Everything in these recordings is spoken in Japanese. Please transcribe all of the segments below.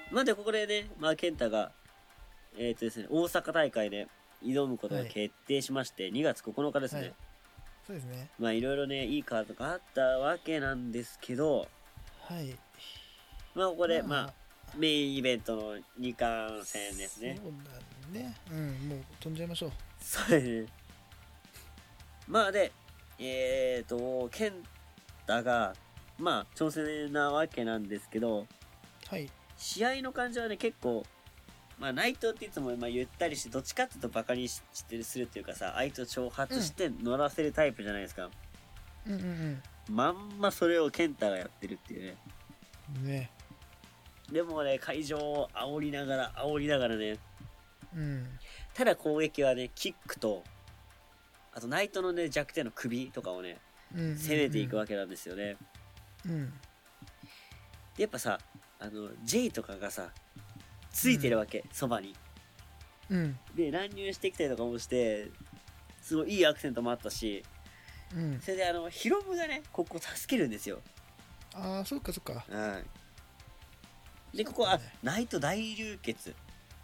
まあでここでね、まあ健太がですね、大阪大会で挑むことが決定しまして、2月9日ですね。 そうですね。 まあいろいろね、いいカードがあったわけなんですけど、 はい。 まあここで、まあメインイベントの2冠戦ですね。 そうだね。もう飛んじゃいましょう。 そうですね。まあで、健太が、まあ挑戦なわけなんですけど、 はい。 試合の感じはね、結構、まあ内藤っていつもまあゆったりして、どっちかっていうとバカにしてするっていうかさ、相手を挑発して乗らせるタイプじゃないですか。まんまそれを健太がやってるっていうね。 ね。 でもね、会場を煽りながらね。 うん。 ただ攻撃はね、キックと、あとナイトのね、弱点の首とかをね、攻めていくわけなんですよね。で、やっぱさ、J とかがさ、ついてるわけ、そばに。で、乱入してきたりとかもして、すごいいいアクセントもあったし、それでヒロムがね、ここ助けるんですよ。 ああ、そっかそっか。 で、ここは、ナイト大流血。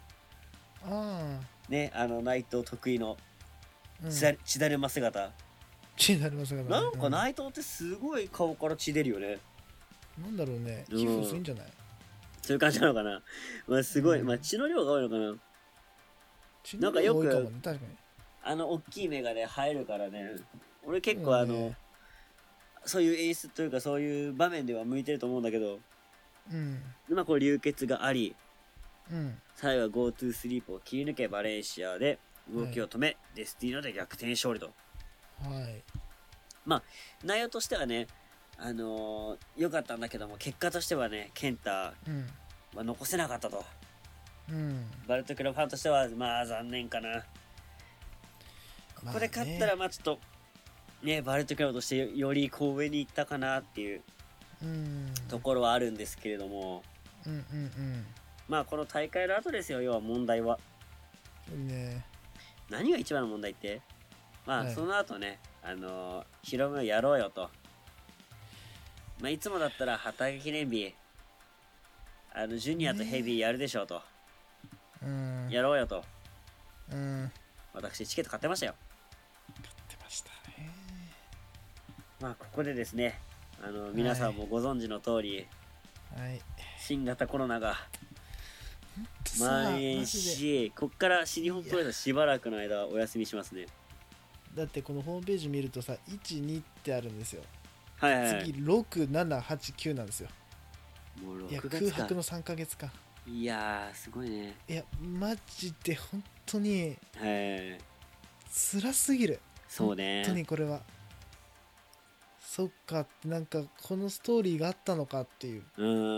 ね、ナイト得意の、血だるま姿。 血だるま姿。 なんかナイトってすごい顔から血出るよね。 なんだろうね。皮膚薄いんじゃない？ そういう感じなのかな。まあすごい、まあ血の量が多いのかな。なんかよく、 確かに。 大きい目がね、生えるからね。俺結構そういう演出というかそういう場面では向いてると思うんだけど、まあこれ流血があり、最後は GoTo スリープを切り抜けバレンシアで動きを止め、デスティーノで逆転勝利と。まあ内容としてはね、良かったんだけども、結果としてはね、ケンタは残せなかったと。バルトクラブファンとしてはまあ残念かな。ここで勝ったらまあちょっとね、バルトクラブとしてよりこう上に行ったかなっていうところはあるんですけれども、まあこの大会の後ですよ、要は問題は。何が一番の問題って、まあその後ね、ヒロムやろうよと。まあいつもだったら畑記念日、ジュニアとヘビーやるでしょうと。やろうよと。私チケット買ってましたよ。まあここでですね、皆さんもご存知の通り、新型コロナが蔓延し、こっから新日本プロレスはしばらくの間お休みしますね。 だってこのホームページ見るとさ、1、2ってあるんですよ。 次 6、7、8、9なんですよ。 もう6 月か。空白の3ヶ月間。 いやーすごいね。 いやマジで本当に辛すぎる。 そうね。 本当にこれは。そっか、なんかこのストーリーがあったのかっていう。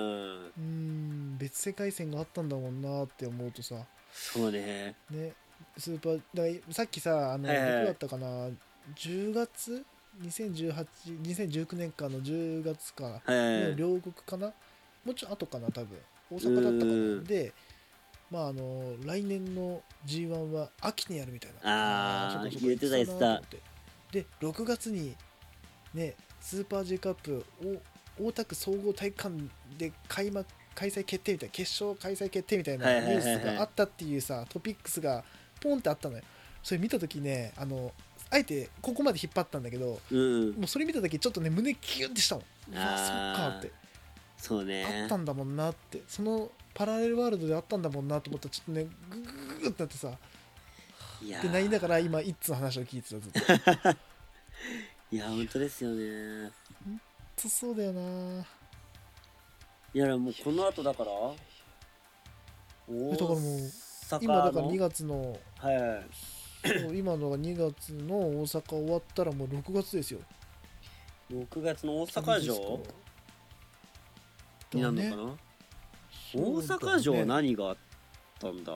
別世界線があったんだもんなって思うとさ。 そうね。 ね、スーパーだからさっきさどこだったかな、10月2019年間の10月かの両国かな、もうちょっと後かな、多分大阪だったかな。でまあ来年の G1 は秋にやるみたいな。 言ってた言ってた。 で6月にね、スーパー J カップ大田区総合体育館で開催決定みたいな、決勝開催決定みたいなニュースがあったっていうさ、トピックスがポンってあったのよ。それ見た時ね、あえてここまで引っ張ったんだけど、もうそれ見た時ちょっとね胸キュンってしたもん。そっかって。 そうね。 あったんだもんなって、そのパラレルワールドであったんだもんなと思ったらちょっとねグググってなってさ、で泣いながら今一通の話を聞いてた、ずっと。 いや本当ですよね。 本当そうだよな。 いやもうこの後だからもう今だから2月の今のが2月の大阪終わったらもう6月ですよ。 6月の大阪城になるのかな。大阪城は何があったんだ。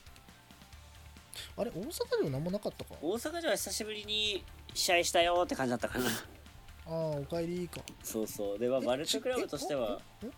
あれ大阪城何もなかったか。 大阪城は久しぶりに試合したよって感じだったかな。 おかえりか。 そうそう。ではバルトクラブとしては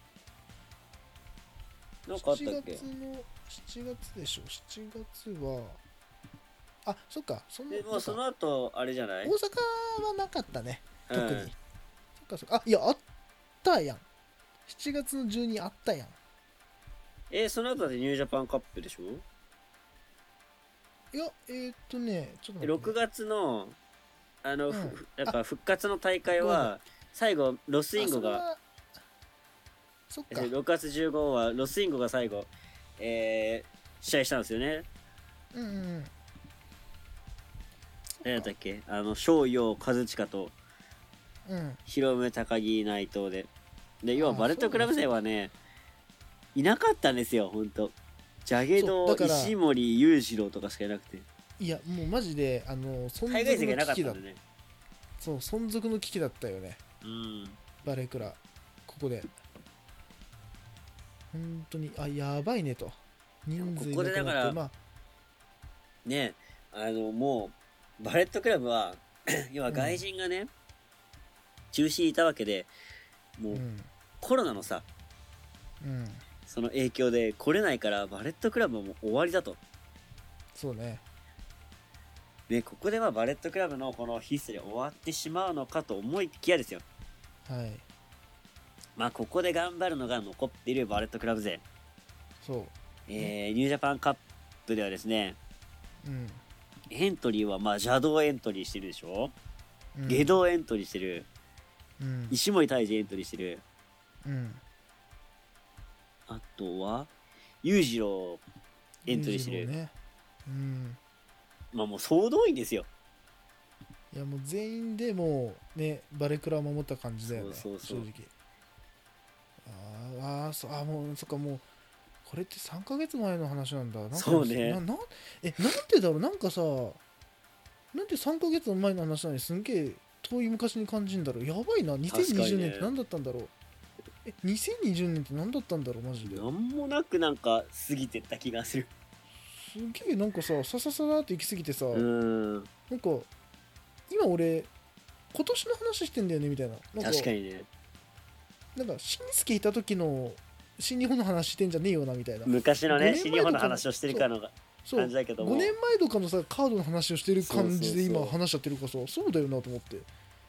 なんかあったっけ。 7月でしょ。7月はそっか。 でもその後あれじゃない。 大阪はなかったね、特に。そっかいやあったやん。7月の12あったやん。 その後でニュージャパンカップでしょ？ いやちょっと待って、ね、 6月のやっぱ復活の大会ごは最後ロスインゴがそっか 6月15日はロスインゴが最後、試合したんですよね。 うんうん。 誰だったっけ、翔陽和親と広宗高木内藤で要はバレットクラブ勢はねいなかったんですよ。ほんとジャゲド、石森裕次郎とかしかいなくて、 いやもうマジで存続の海外勢がいなか危機だ。 ったんでね。 そう、存続の危機だったよね、 うんバレクラ。ここで本当にやばいねと、人数いなくなって、 ここでだからまあね、もうバレットクラブは要は外人がね、中止にいたわけで、もう、コロナのさ、その影響で来れないからバレットクラブはもう終わりだと。 そうね。 でここではバレットクラブのこのヒストリー終わってしまうのかと思いきやですよ。 はい。 まあここで頑張るのが残っているバレットクラブ勢。 そう。 ニュージャパンカップではですね、 うん、 エントリーはまあ邪道エントリーしてるでしょ、下道エントリーしてる、石森泰治エントリーしてる、あとは裕次郎エントリーしてる、ね、まあもう総動員ですよ。 いやもう全員でもうねバレクラを守った感じだよね。 そう正直。もうそっか、もうこれって3ヶ月前の話なんだ。なんかそうね。 なんでだろう、なんかさ、なんで3ヶ月前の話なのにすんげえ遠い昔に感じるんだろう。やばいな。2020年って何だったんだろう。2020年って何だったんだろうマジで。 なんもなくなんか過ぎてった気がする。 すげえなんかさ、さーって行き過ぎてさ、なんか今俺今年の話してんだよねみたいな。 確かにね。 なんかしんすけいた時の新日本の話してんじゃねえよなみたいな。 昔のね新日本の話をしてるかの感じだけども、 5年前とかのさカードの話をしてる感じで今話しちゃってるからさ、そうだよなと思って。い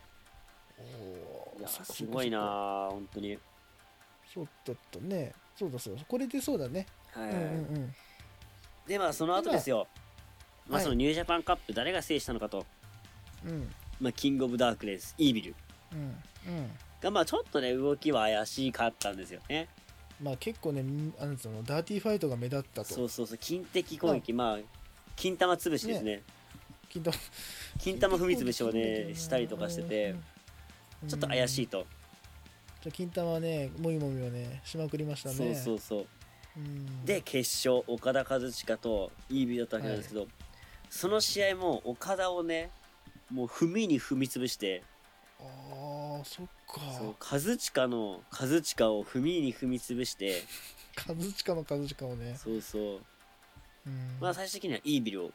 やすごいな本当に。 そうだったね。そうだこれでそうだね。 はい、でまあその後ですよ、まあそのニュージャパンカップ誰が制したのかと、まあキングオブダークネスイービルがまあちょっとね動きは怪しかったんですよね。 まあ結構ねそのダーティーファイトが目立ったと。 そう金的攻撃、まあ金玉潰しですね。金玉踏み潰しをねしたりとかしてて、ちょっと怪しいと。 金玉ねもみもみをねしまくりましたね。 そうで決勝岡田和親とイービルだったわけなんですけど、その試合も岡田をねもう踏みに踏み潰して、 そっか。 そう和親を踏みに踏み潰して和親をね。 そうまあ最終的にはイービルを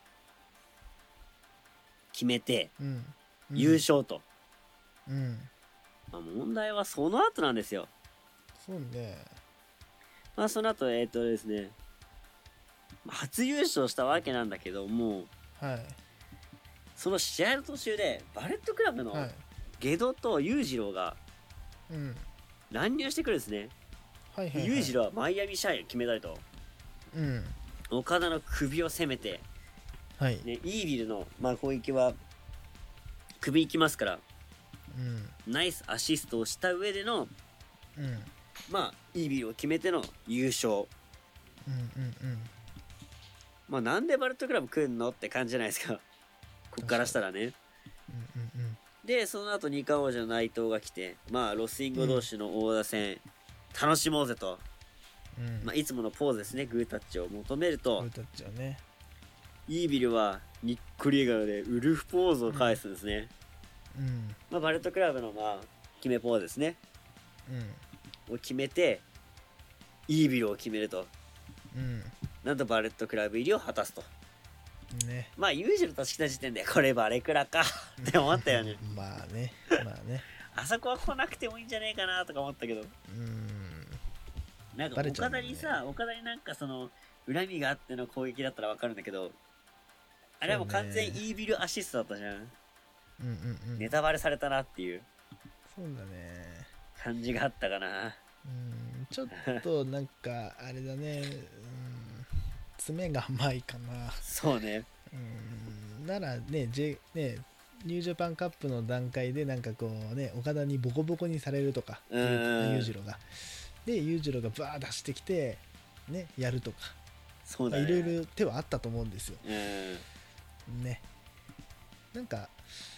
決めて優勝と。まあ、問題はその後なんですよ。 そうね。 まあその後ですね、初優勝したわけなんだけども、その試合の途中でバレットクラブのゲドと裕次郎が乱入してくるんですね。裕次郎はマイアミシャインを決めたりと、岡田の首を攻めて、ね、イービルの、まあ、攻撃は首いきますから、ナイスアシストをした上での、まあイービルを決めての優勝。まあなんでバレットクラブ来んのって感じじゃないですか、こっからしたらね。でその後二冠王者の内藤が来て、まあロスインゴ同士の王座戦、楽しもうぜと、まあ、いつものポーズですね、グータッチを求めると、イービルはにっこり笑顔でウルフポーズを返すんですね。まあ、バレットクラブのまあ決めポーズですね、を決めてイービルを決めると、なんとバレットクラブ入りを果たすと。まあ裕次郎と来た時点でこれバレクラかって思ったよね。 まあねあそこは来なくてもいいんじゃねえかなとか思ったけど、なんか岡田になんかその恨みがあっての攻撃だったら分かるんだけど、あれはもう完全イービルアシストだったじゃん。ネタバレされたなっていうそうだね感じがあったかな。 ちょっとなんかあれだね、爪が甘いかな。 そうね。 ならね、ニュージャパンカップの段階でなんかこうね、岡田にボコボコにされるとか、裕次郎が。で、裕次郎がバー出してきて、ね、やるとか。 そうだね。 いろいろ手はあったと思うんですよ。ね。なんか、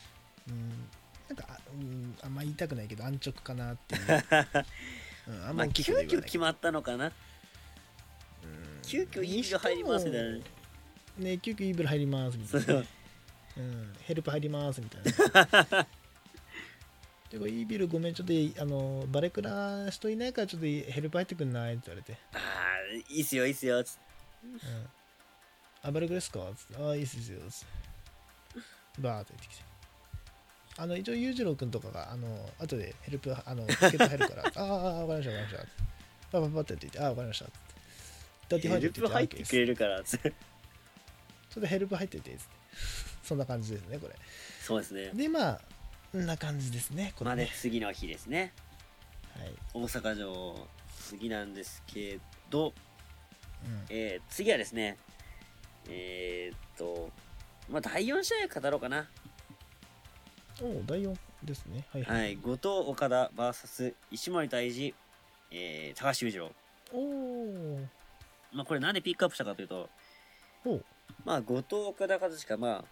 あんま言いたくないけど安直かなっていう。あんま急遽決まったのかな。急遽イーブル入りますみたいなね。急遽イーブル入りますみたいな。ヘルプ入りますみたいな。でイービルごめん、ちょっとバレクラ人いないからちょっとヘルプ入ってくんないって言われて。 いいっすよいいっすよつって。 バレクラですかつって。いいっすよつって。バーって言ってきて。一応裕次郎くんとかが後でヘルプ助けて入るからわかりましたわかりましたパパパって言ってわかりましたってヘルプ入ってくれるからつって。 ちょっとヘルプ入っててつってそんな感じですねこれ。 そうですね。 でまあこんな感じですねこれね。 次の日ですね。はい。大阪城次なんですけど、次はですね第4試合語ろうかな。 第4ですね。 はい。後藤岡田 VS 石森泰治、高橋裕次郎。これなんでピックアップしたかというと、後藤岡田和親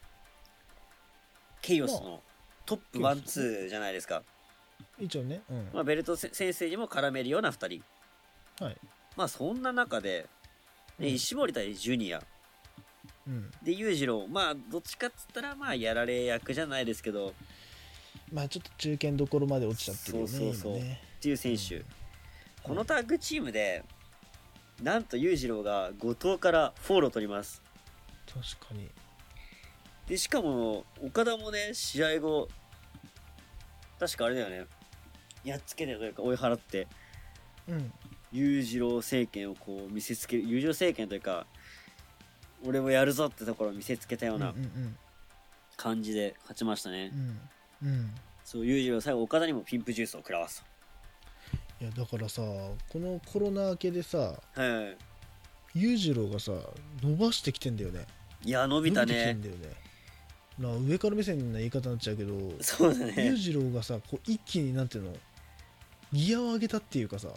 ケイオスのトップ1、2じゃないですか。 一応ね。 ベルト先生にも絡めるような2人。はい。そんな中で、石森対ジュニア。で裕次郎どっちかっつったらやられ役じゃないですけど、 ちょっと中堅どころまで落ちちゃってるよね。 そうっていう選手、このタッグチームでなんと裕次郎が後藤からフォロー取ります。 確かに。 でしかも岡田もね試合後確かあれだよね、やっつけてというか追い払って裕次郎政権をこう見せつける、裕次郎政権というか俺もやるぞってところを見せつけたような感じで勝ちましたね。そう裕次郎最後岡田にもピンプジュースを食らわす。 いやだからさ、このコロナ明けでさ、裕次郎がさ伸ばしてきてんだよね。 いや伸びたね。 伸びてきてんだよね。上から目線な言い方になっちゃうけど、 そうだね。 裕次郎がさこう一気になんていうのギアを上げたっていうかさ、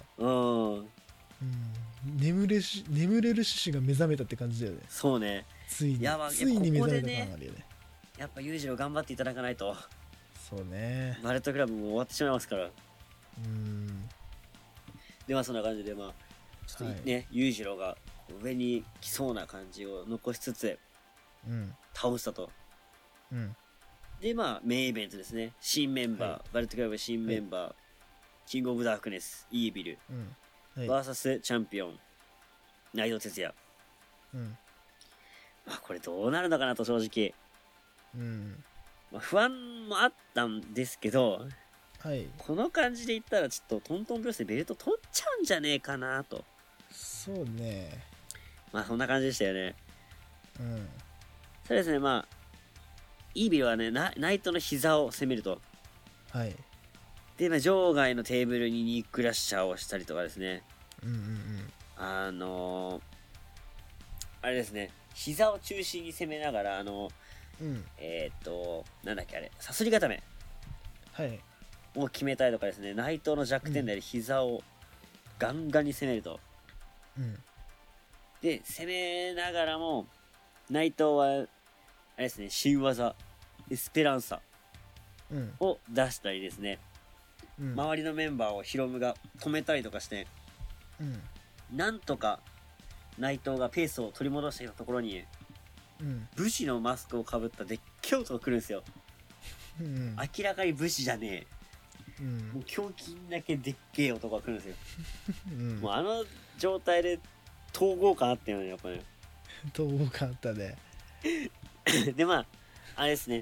眠れる獅子が目覚めたって感じだよね。 そうね。 ついに目覚めた感あるよね。 やっぱ裕次郎頑張っていただかないと。 そうね。 バレットクラブも終わってしまいますから。でそんな感じでちょっとね、裕次郎が上に来そうな感じを残しつつ、倒したと。でメインイベントですね。新メンバー、バレットクラブ新メンバー、キングオブダークネスイービル、VS チャンピオン内藤哲也。これどうなるのかなと正直、不安もあったんですけど、この感じでいったらちょっとトントン拍子でベルト取っちゃうんじゃねえかなと。 そうね。 そんな感じでしたよね。そうですね。イービルはねナイトの膝を攻めると。で場外のテーブルにニークラッシャーをしたりとかですね。あれですね、膝を中心に攻めながらなんだっけあれ、サソリ固めを決めたりとかですね。内藤の弱点である膝をガンガンに攻めると。で攻めながらも内藤はあれですね、新技エスペランサを出したりですね、周りのメンバーをヒロムが止めたりとかして、なんとか内藤がペースを取り戻してきたところに、武士のマスクをかぶったでっけえ男が来るんですよ。明らかに武士じゃねえ、もう胸筋だけでっけえ男が来るんですよ。もうあの状態で統合感あったよね、やっぱね。 統合感あったね。 であれですね、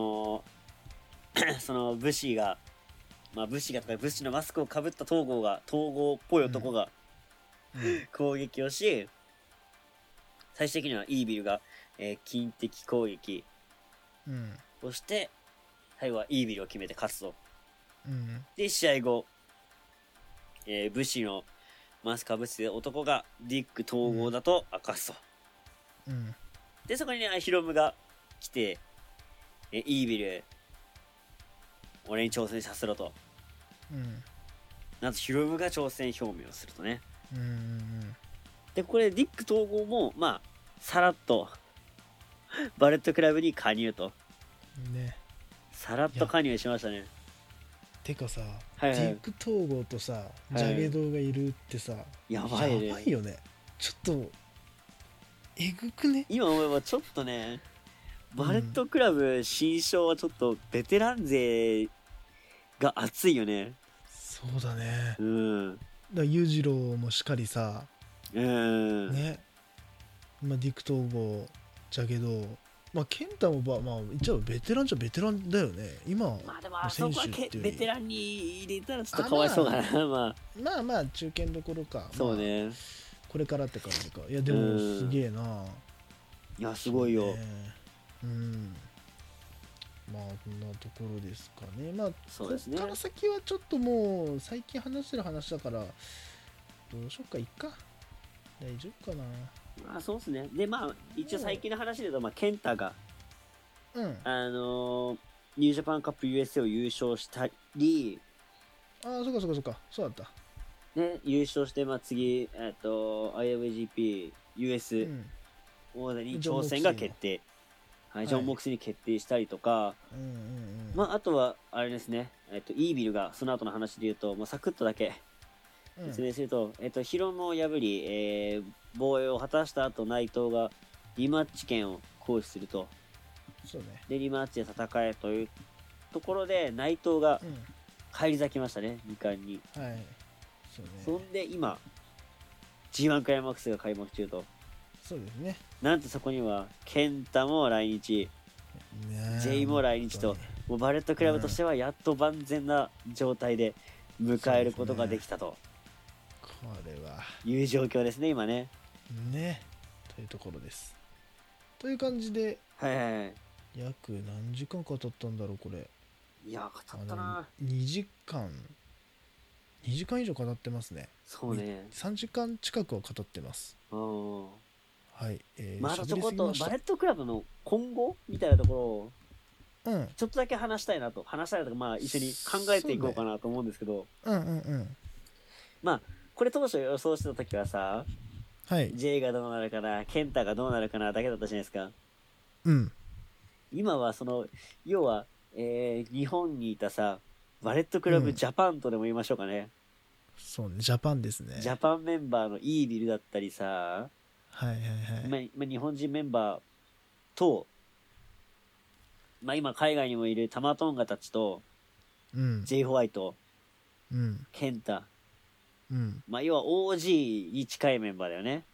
その武士が武士のマスクをかぶった統合っぽい男が、攻撃をし、最終的にはイービルが、近的攻撃をして、最後はイービルを決めて勝つと。で試合後、武士のマスクかぶって男がディック統合だと明かすと。 うん。 で、そこにね、ヒロムが来て、イービル、俺に挑戦させろと。 うん。 なんとヒロムが挑戦表明をするとね。 うん。 で、これディック統合も、まあ、さらっと、バレットクラブに加入と。 ね。 さらっと加入しましたね。 てかさ、 はいはい、 ディック統合とさ、ジャゲドウがいるってさ、 やばいね。 やばいよね。ちょっと、えぐくね。 今思えばちょっとね、バレットクラブ新章はちょっとベテラン勢が熱いよね。 そうだね。 うん。 だ裕次郎もしっかりさ、 うん。 ね。まあ、ディック統合、ジャゲドウ。まあ、ケンタもまあ、一応ベテランじゃベテランだよね。今の選手っていうベテランに入れたらちょっとかわいそうかな。 まあ中堅どころか。 そうね、 まあ、これからって感じか。いやでもすげえな。 いやすごいよ。 うん。まあこんなところですかね。まあそうですね。 こっから先はちょっともう最近話してる話だからどうしよっか、いっか。大丈夫かな。 まあそうですね。でまあ一応最近の話で言うと、まあケンタが、 うん、 ニュージャパンカップ USA を優勝したり、 ああ、そうかそうだったね、優勝して、まあ次IWGP US 王座に挑戦が決定、はい、ジョン・モクスに決定したりとか、まああとはあれですね、イービルがその後の話で言うと、まあ、サクッとだけ説明すると、ヒロムを破り、防衛を果たした後内藤がリマッチ権を行使すると。 そうね。 でリマッチで戦えというところで内藤が返り咲きましたね、2冠に。 はい。そうね。 そんで今 G1 クライマックスが開幕中と。 そうですね。 なんとそこにはケンタも来日、ジェイも来日と、もうバレットクラブとしてはやっと万全な状態で迎えることができたと、 これはいう状況ですね今ね。 ね、というところです。という感じで、 はいはいはい、 約何時間語ったんだろうこれ。 いや語ったな。 2時間以上語ってますね。 そうね、 3時間近くは語ってます。はい、 まだちょこっとバレットクラブの今後みたいなところをちょっとだけ話したいなと、まあ一緒に考えていこうかなと思うんですけど、まあこれ当初予想してた時はさ、はい、J がどうなるかな、ケンタがどうなるかなだけだったじゃないですか。今はその要は、日本にいたさバレットクラブジャパンとでも言いましょうかね。 そうね、ジャパンですね。 ジャパンメンバーのイービルだったりさ、日本人メンバーと、まあ、今海外にもいるタマトンガたちと、ジェイホワイト、ケンタ、まあ要は OG に近いメンバーだよね。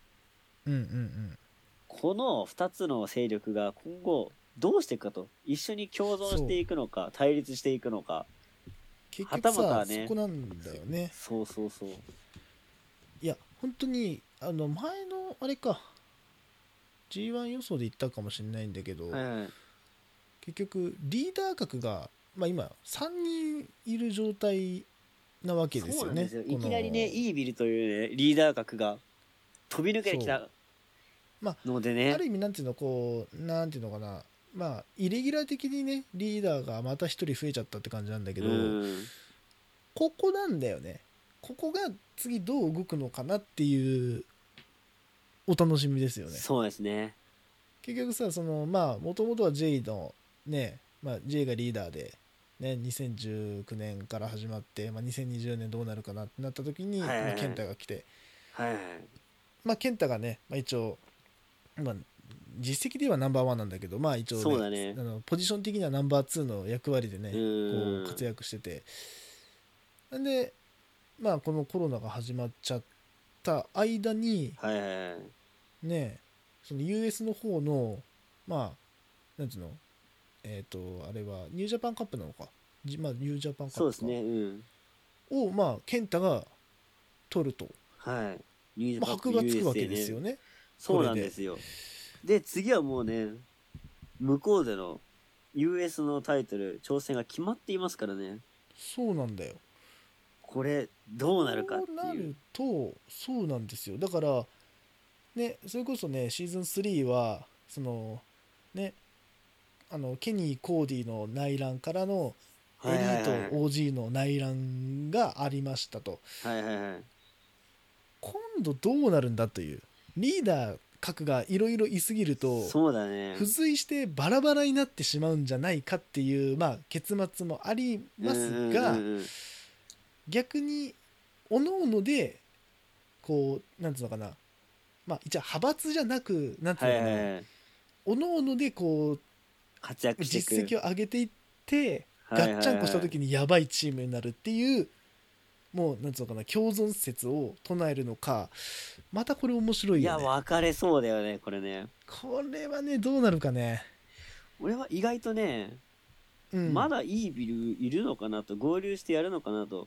この2つの勢力が今後どうしていくかと、一緒に共存していくのか対立していくのか、 結局さ、はたまたね、そこなんだよね。 そういや本当に前のあれか G1 予想で言ったかもしれないんだけど、結局リーダー格が、まあ、今3人いる状態なわけですよね。そうなんですよ。 いきなりねイービルという、ね、リーダー格が飛び抜けてきたのでね、 ある意味なんていうのかな、まあイレギュラー的にねリーダーがまた一人増えちゃったって感じなんだけど、ここなんだよね。ここが次どう動くのかなっていうお楽しみですよね。 そうですね。 結局さ、そのまあもともとは J のね、まあ J がリーダーでね、2019年から始まって、まあ、2020年どうなるかなってなった時に、ケンタが来て、まあケンタがね、まあ、一応、まあ、実績ではナンバーワンなんだけど、まあ一応、ね、ポジション的にはナンバー2の役割でねこう活躍してて、なんでまあこのコロナが始まっちゃった間に、ね、その US の方のまあなんていうの、あれはニュージャパンカップなのか、まあニュージャパンカップか、そうですね、をまあケンタが取ると、ニュージャパンカップ USA、箔がつくわけですよね。 そうなんですよ。で次はもうね向こうでの US のタイトル挑戦が決まっていますからね。 そうなんだよ。 これどうなるかってそうないう。 るとそうなんですよ。だからね、それこそねシーズン3はそのねケニー・コーディの内乱からのエリート OG の内乱がありましたと。 はいはいはい。 今度どうなるんだという、リーダー格がいろいろいすぎるとそうだね。 付随してバラバラになってしまうんじゃないかっていう、まあ、結末もありますが、逆に各々でこうなんつうのかな、まあ一応派閥じゃなくなんつうのかな、各々でこう活躍していく、 実績を上げていってガッチャンコした時にやばいチームになるっていう、もうなんつうのかな、共存説を唱えるのか、またこれ面白いよね。 いや分かれそうだよねこれね。 これはねどうなるかね。 俺は意外とね、まだイービルいるのかなと、合流してやるのかなと。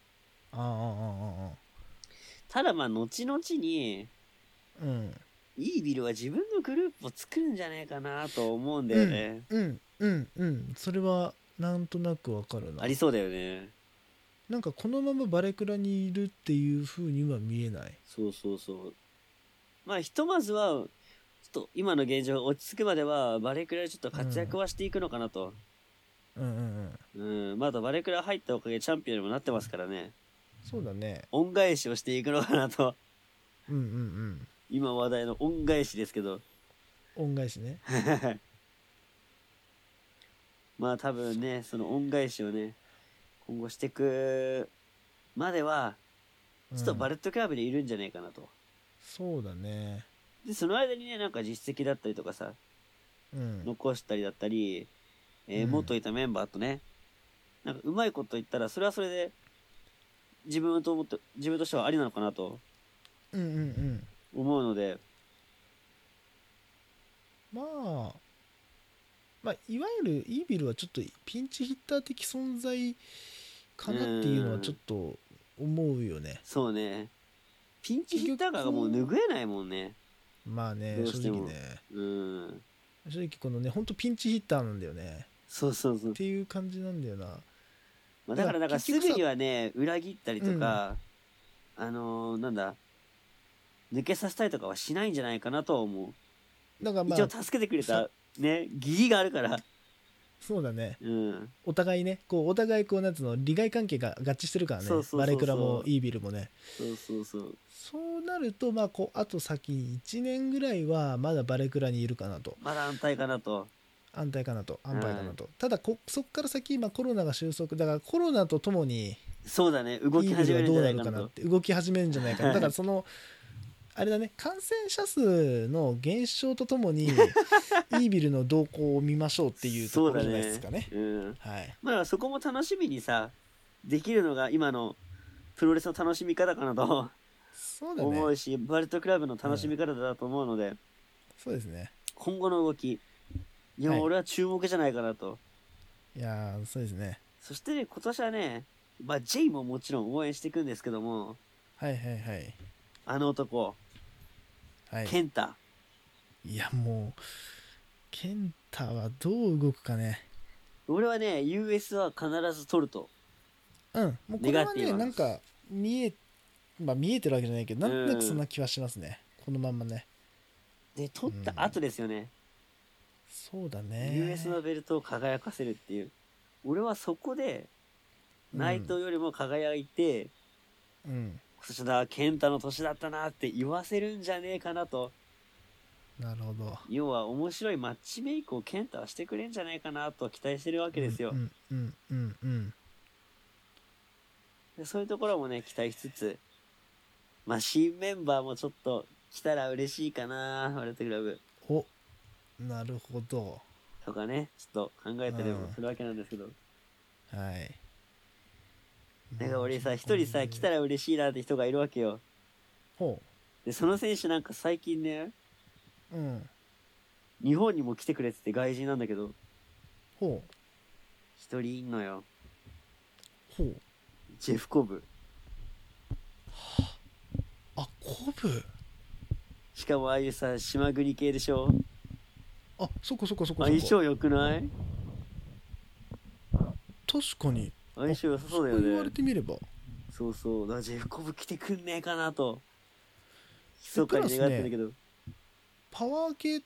ただまあ後々に、イービルは自分のグループを作るんじゃないかなと思うんだよね。 それはなんとなくわかるな。 ありそうだよね。 なんかこのままバレクラにいるっていう風には見えない。 そうそうそう。まあひとまずはちょっと今の現状が落ち着くまではバレクラでちょっと活躍はしていくのかなと。まだバレクラ入ったおかげでチャンピオンにもなってますからね。 そうだね。 恩返しをしていくのかなと。今話題の恩返しですけど。 恩返しね。 まあ多分ね、その恩返しをね、今後していくまでは、ちょっとバレットクラブでいるんじゃないかなと。 そうだね。 で、その間にね、なんか実績だったりとかさ、残したりだったり、元いたメンバーとね、なんかうまいこと言ったら、それはそれで、自分としてはありなのかなと、思うので、 まあ、いわゆるイービルはちょっとピンチヒッター的存在かなっていうのはちょっと思うよね。 そうね。ピンチヒッターがもう拭えないもんね。 まあね、正直ね。正直このね、ほんとピンチヒッターなんだよね。 そうそうそう。 っていう感じなんだよな。 まあ、だからなんかすぐにはね、裏切ったりとか、なんだ、抜けさせたりとかはしないんじゃないかなとは思う。だからまあ、一応助けてくれたね、義理があるから。 そうだね。お互いね、お互いなんつうの、利害関係が合致してるからね。バレクラもイービルもね。そうなると、まああと先1年ぐらいはまだバレクラにいるかなと。 まだ安泰かなと。 安牌かなと。ただそっから先、今コロナが収束だから、コロナとともにそうだね、動き始めるんじゃないかなって。 動き始めるんじゃないかな。だからあれだね、感染者数の減少とともにイービルの動向を見ましょうっていうところじゃないですかね。 まあそこも楽しみにさできるのが今のプロレスの楽しみ方かなと思うし、バレットクラブの楽しみ方だと思うので、 そうですね。 今後の動き、いや俺は注目じゃないかなと。 いやそうですね。 そしてね、今年はね、まあ J ももちろん応援していくんですけども、あの男、ケンタ。 いやもうケンタはどう動くかね。 俺はね US は必ず取ると。 もうこれはね、なんか見えてるわけじゃないけど、なんとなくそんな気はしますね。このまんまね。 で取った後ですよね。 そうだね。 US のベルトを輝かせるっていう。俺はそこで内藤よりも輝いて、今年だケンタの年だったなって言わせるんじゃねえかなと。 なるほど。 要は面白いマッチメイクをケンタはしてくれんじゃないかなと期待してるわけですよ。でそういうところもね期待しつつ、まあ新メンバーもちょっと来たら嬉しいかな、バレットクラブ。 なるほど。 とかね、ちょっと考えたりもするわけなんですけど。だから俺さ、一人さ、来たら嬉しいなって人がいるわけよ。で、その選手なんか最近ね、日本にも来てくれてて外人なんだけど、一人いんのよ。ジェフ・コブ。 コブ。 しかもああいうさ、島国系でしょ。 そこ。 相性良くない？ 確かに。 相性良さそうだよね。 そう言われてみれば。 そうそう。だからジェフコブ来てくんねえかなと。密かに願ってるけど。 パワー系って、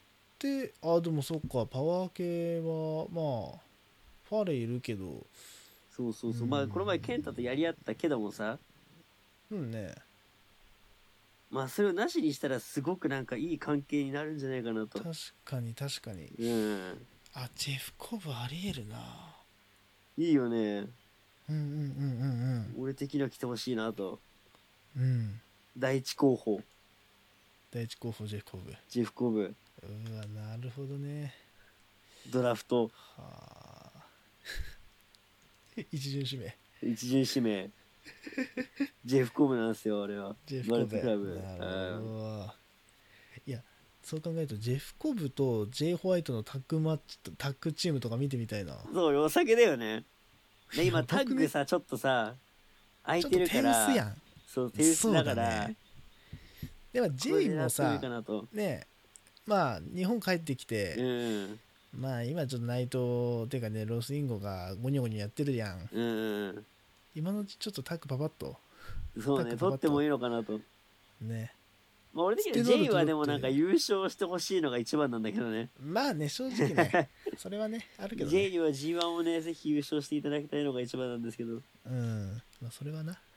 でもそっか、パワー系は、まあ、ファレいるけど。 そうそうそう。まあ、この前、ケンタとやり合ったけどもさ。 うんね。 まあ、それをなしにしたら、すごくなんかいい関係になるんじゃないかなと。 確かに、確かに。 うん。 ジェフコブありえるな。 いいよね。 俺的には来てほしいなと。 うん。 第一候補。 第一候補ジェフコブ。 ジェフコブ。 うわ、なるほどね。 ドラフト。はあ。一巡指名。 一巡指名。ジェフコブなんですよ、俺は。 ジェフコブ。 クラブ。 なるほど。いや、そう考えると、ジェフコブと J ホワイトのタッグチームとか見てみたいな。 そう、お酒だよね。で、今、タッグさ、ちょっとさ、空いてるから。 手薄やん。 そう、手薄だから。ね、 でも J もさ、ね、まあ、日本帰ってきて、まあ、今ちょっと内藤っていうかね、ロスインゴがゴニョゴニョやってるやん。今のうちちょっとタッグパパッと。 そうね、取ってもいいのかなと。ね。まあ、俺的には J はでもなんか優勝してほしいのが一番なんだけどね。 まあね、正直ね。それはね、あるけどね。 J には G1 をね、ぜひ優勝していただきたいのが一番なんですけど。 まあそれはな。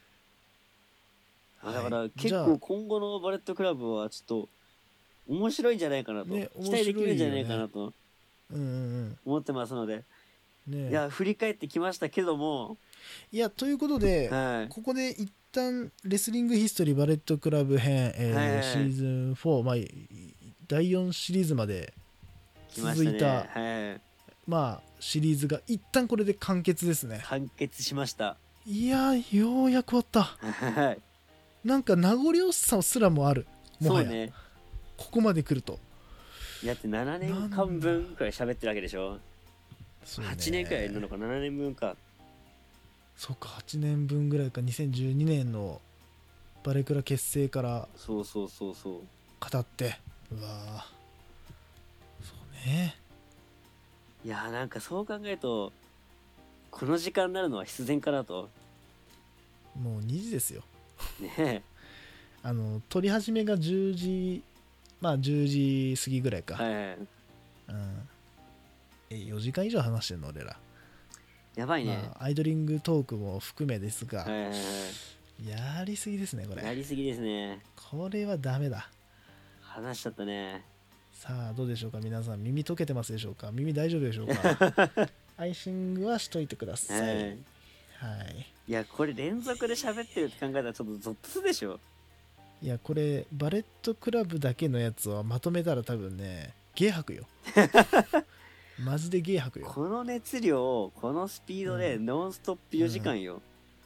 だから結構今後のバレットクラブはちょっと面白いんじゃないかなと。ね、期待できるんじゃないかなと。思ってますので。ね、いや、振り返ってきましたけども。 いや、ということで、ここで一旦レスリングヒストリーバレットクラブ編、シーズン4、まあ、第4シリーズまで続いた、まあ、シリーズが一旦これで完結ですね。 完結しました。 いや、ようやく終わった。なんか名残惜しさすらもある。もはや。そうね。ここまで来ると。 だって7年間分くらい喋ってるわけでしょ。8年くらいいるのか、7年分か。 そうか、8年分ぐらいか。2012年のバレクラ結成からそう語って、うわそうね。 いやー、なんかそう考えるとこの時間になるのは必然かなと。 もう2時ですよねえ。撮り始めが10時、まあ10時過ぎぐらいか。4時間以上話してんの俺ら。 やばいね、 まあ、アイドリングトークも含めですが、やりすぎですねこれ。 やりすぎですね。 これはダメだ。 話しちゃったね。 さあどうでしょうか皆さん、耳溶けてますでしょうか。耳大丈夫でしょうかアイシングはしといてください。はい。 いや、これ連続で喋ってるって考えたらちょっとゾッとするでしょ。 いや、これバレットクラブだけのやつはまとめたら多分ね、ゲー吐くよマジでゲー吐くよ。 この熱量、このスピードでノンストップ4時間よ。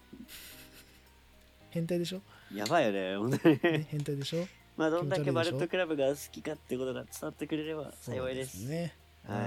変態でしょ。やばいよね、本当にね、変態でしょ。 まあ、どんだけバレットクラブが好きかってことが伝わってくれれば幸いです。 ね。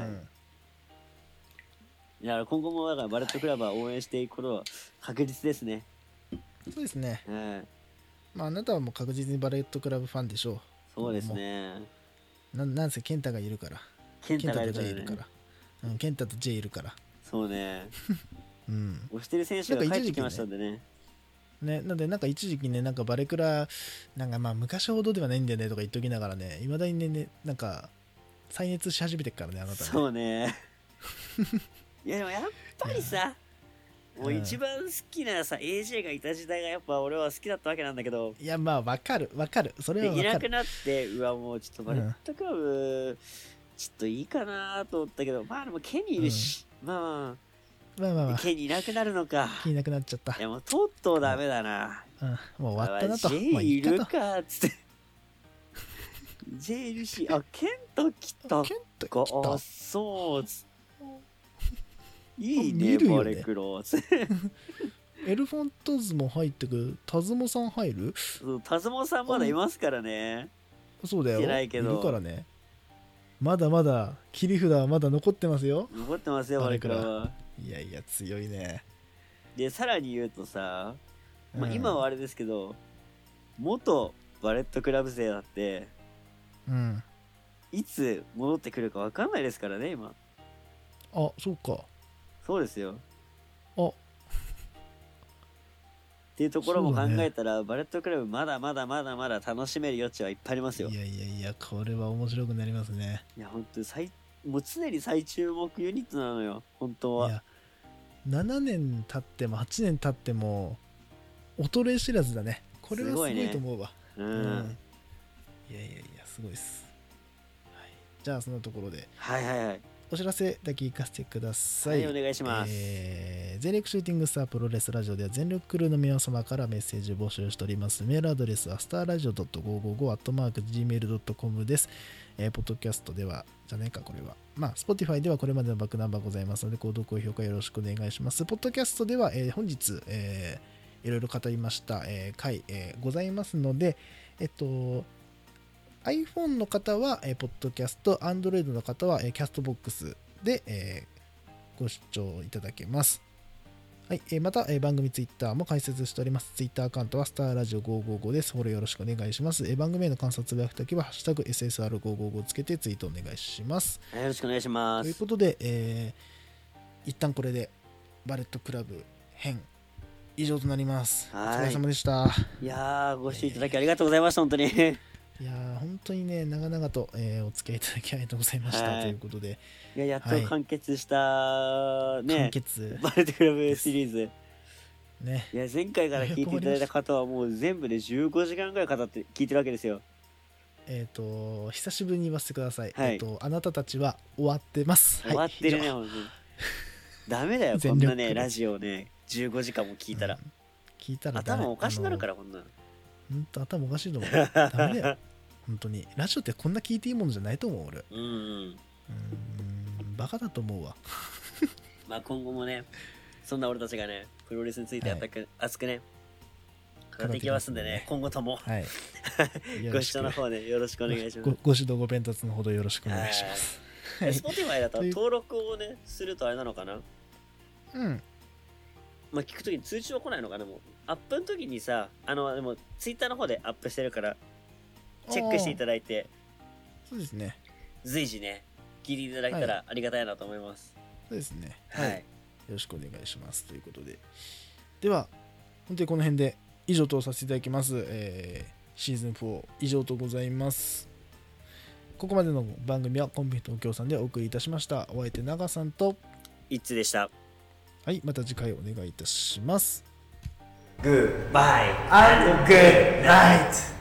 いや、今後もだからバレットクラブは応援していくことは確実ですね。 そうですね。まあ、あなたはもう確実にバレットクラブファンでしょう。 そうですね。 なんせケンタがいるから。 ケンタと J いるから。ケンタと J いるから。 そうね。推してる選手が帰ってきましたんでね。 なんでなんか一時期ね、なんかバレクラなんかまあ昔ほどではないんだよねとか言っときながらね、いまだにね、なんか再熱し始めてっからね、あなたね。 そうねいやでもやっぱりさ、もう一番好きなさ AJ がいた時代がやっぱ俺は好きだったわけなんだけど。 いやまあわかるそれはわかる。 いなくなって、うわもうちょっとバレットクラブ、ちょっといいかなと思ったけど、まあでもケニーいるし、まあケニーいなくなるのか。 ケニーいなくなっちゃった。 いやもうとっとうダメだな。 もう終わったなと。 J いるかっつってJ いるし、あ、ケント来たか、あ、そうっついいね、バレクローエルファンタズも入ってくる。タズモさん入る？ タズモさんまだいますからね。 そうだよ。いるからね。まだまだ切り札はまだ残ってますよ。 残ってますよ、バレクラは。 いやいや強いね。 でさらに言うとさ、まあ、今はあれですけど、元バレットクラブ勢だって、いつ戻ってくるか分かんないですからね今。 あ、そうか。 そうですよ。 あ、 っていうところも考えたら、バレットクラブまだまだまだまだ楽しめる余地はいっぱいありますよ。 いやいやいや、これは面白くなりますね。 いや本当にもう常に最注目ユニットなのよ本当は。いや 7年経っても8年経っても衰え知らずだね。これはすごいと思うわ。いやいやいやすごいです、はい、じゃあそのところでお知らせだけ聞かせてください。 はい、お願いします。 全力シューティングスタープロレスラジオでは全力クルーの皆様からメッセージを募集しております。メールアドレスは starradio.555@gmail.com です。ポッドキャストではじゃねえかこれはSpotify ではこれまでのバックナンバーございますので購読高評価よろしくお願いします。ポッドキャストでは、本日、いろいろ語りました、回、ございますのでiPhone の方は、ポッドキャスト、Android の方は、キャストボックスで、ご視聴いただけます。はい、また、番組 Twitter も開設しております。Twitter アカウントはスターラジオ555です。フォローよろしくお願いします。番組への感想つぶやくときは、ハッシュタグ SSR555 をつけてツイートお願いします。 よろしくお願いします。 ということで、一旦これでバレットクラブ編以上となります。お疲れ様でした。 いやー、ご視聴いただきありがとうございました、本当に。 いやー本当にね長々と、お付き合いいただきありがとうございました、ということでいややっと完結した、ね完結バレットクラブシリーズね。 いや前回から聞いていただいた方はもう全部で15時間ぐらい語って聞いてるわけですよ。 久しぶりに言わせてください、あなたたちは終わってます。 終わってるね、本当にダメだよこんなねラジオね15時間も聞いたら、 聞いたら頭おかしになるからこんなほんと頭おかしいと思う。ダメだよ本当にラジオってこんな聞いていいものじゃないと思う俺。バカだと思うわ今後もねそんな俺たちがねプロレスについて熱くね語っていきますんでね、今後とも、ご視聴の方ねよろしくお願いします。 ご指導ご鞭達のほどよろしくお願いします。 Spotify だと登録をねするとあれなのかな。聞くときに通知は来ないのかな。もうアップの時にさでもツイッターの方でアップしてるからチェックしていただいて、 そうですね、 随時ね聞いていただけたらありがたいなと思います。 そうですね、よろしくお願いしますということで、では本当にこの辺で以上とさせていただきます。シーズン4以上とございます。ここまでの番組はコンビニ東京さんでお送りいたしました。お相手長さんといつでした。 はい、また次回お願いいたします。 Goodbye and good night.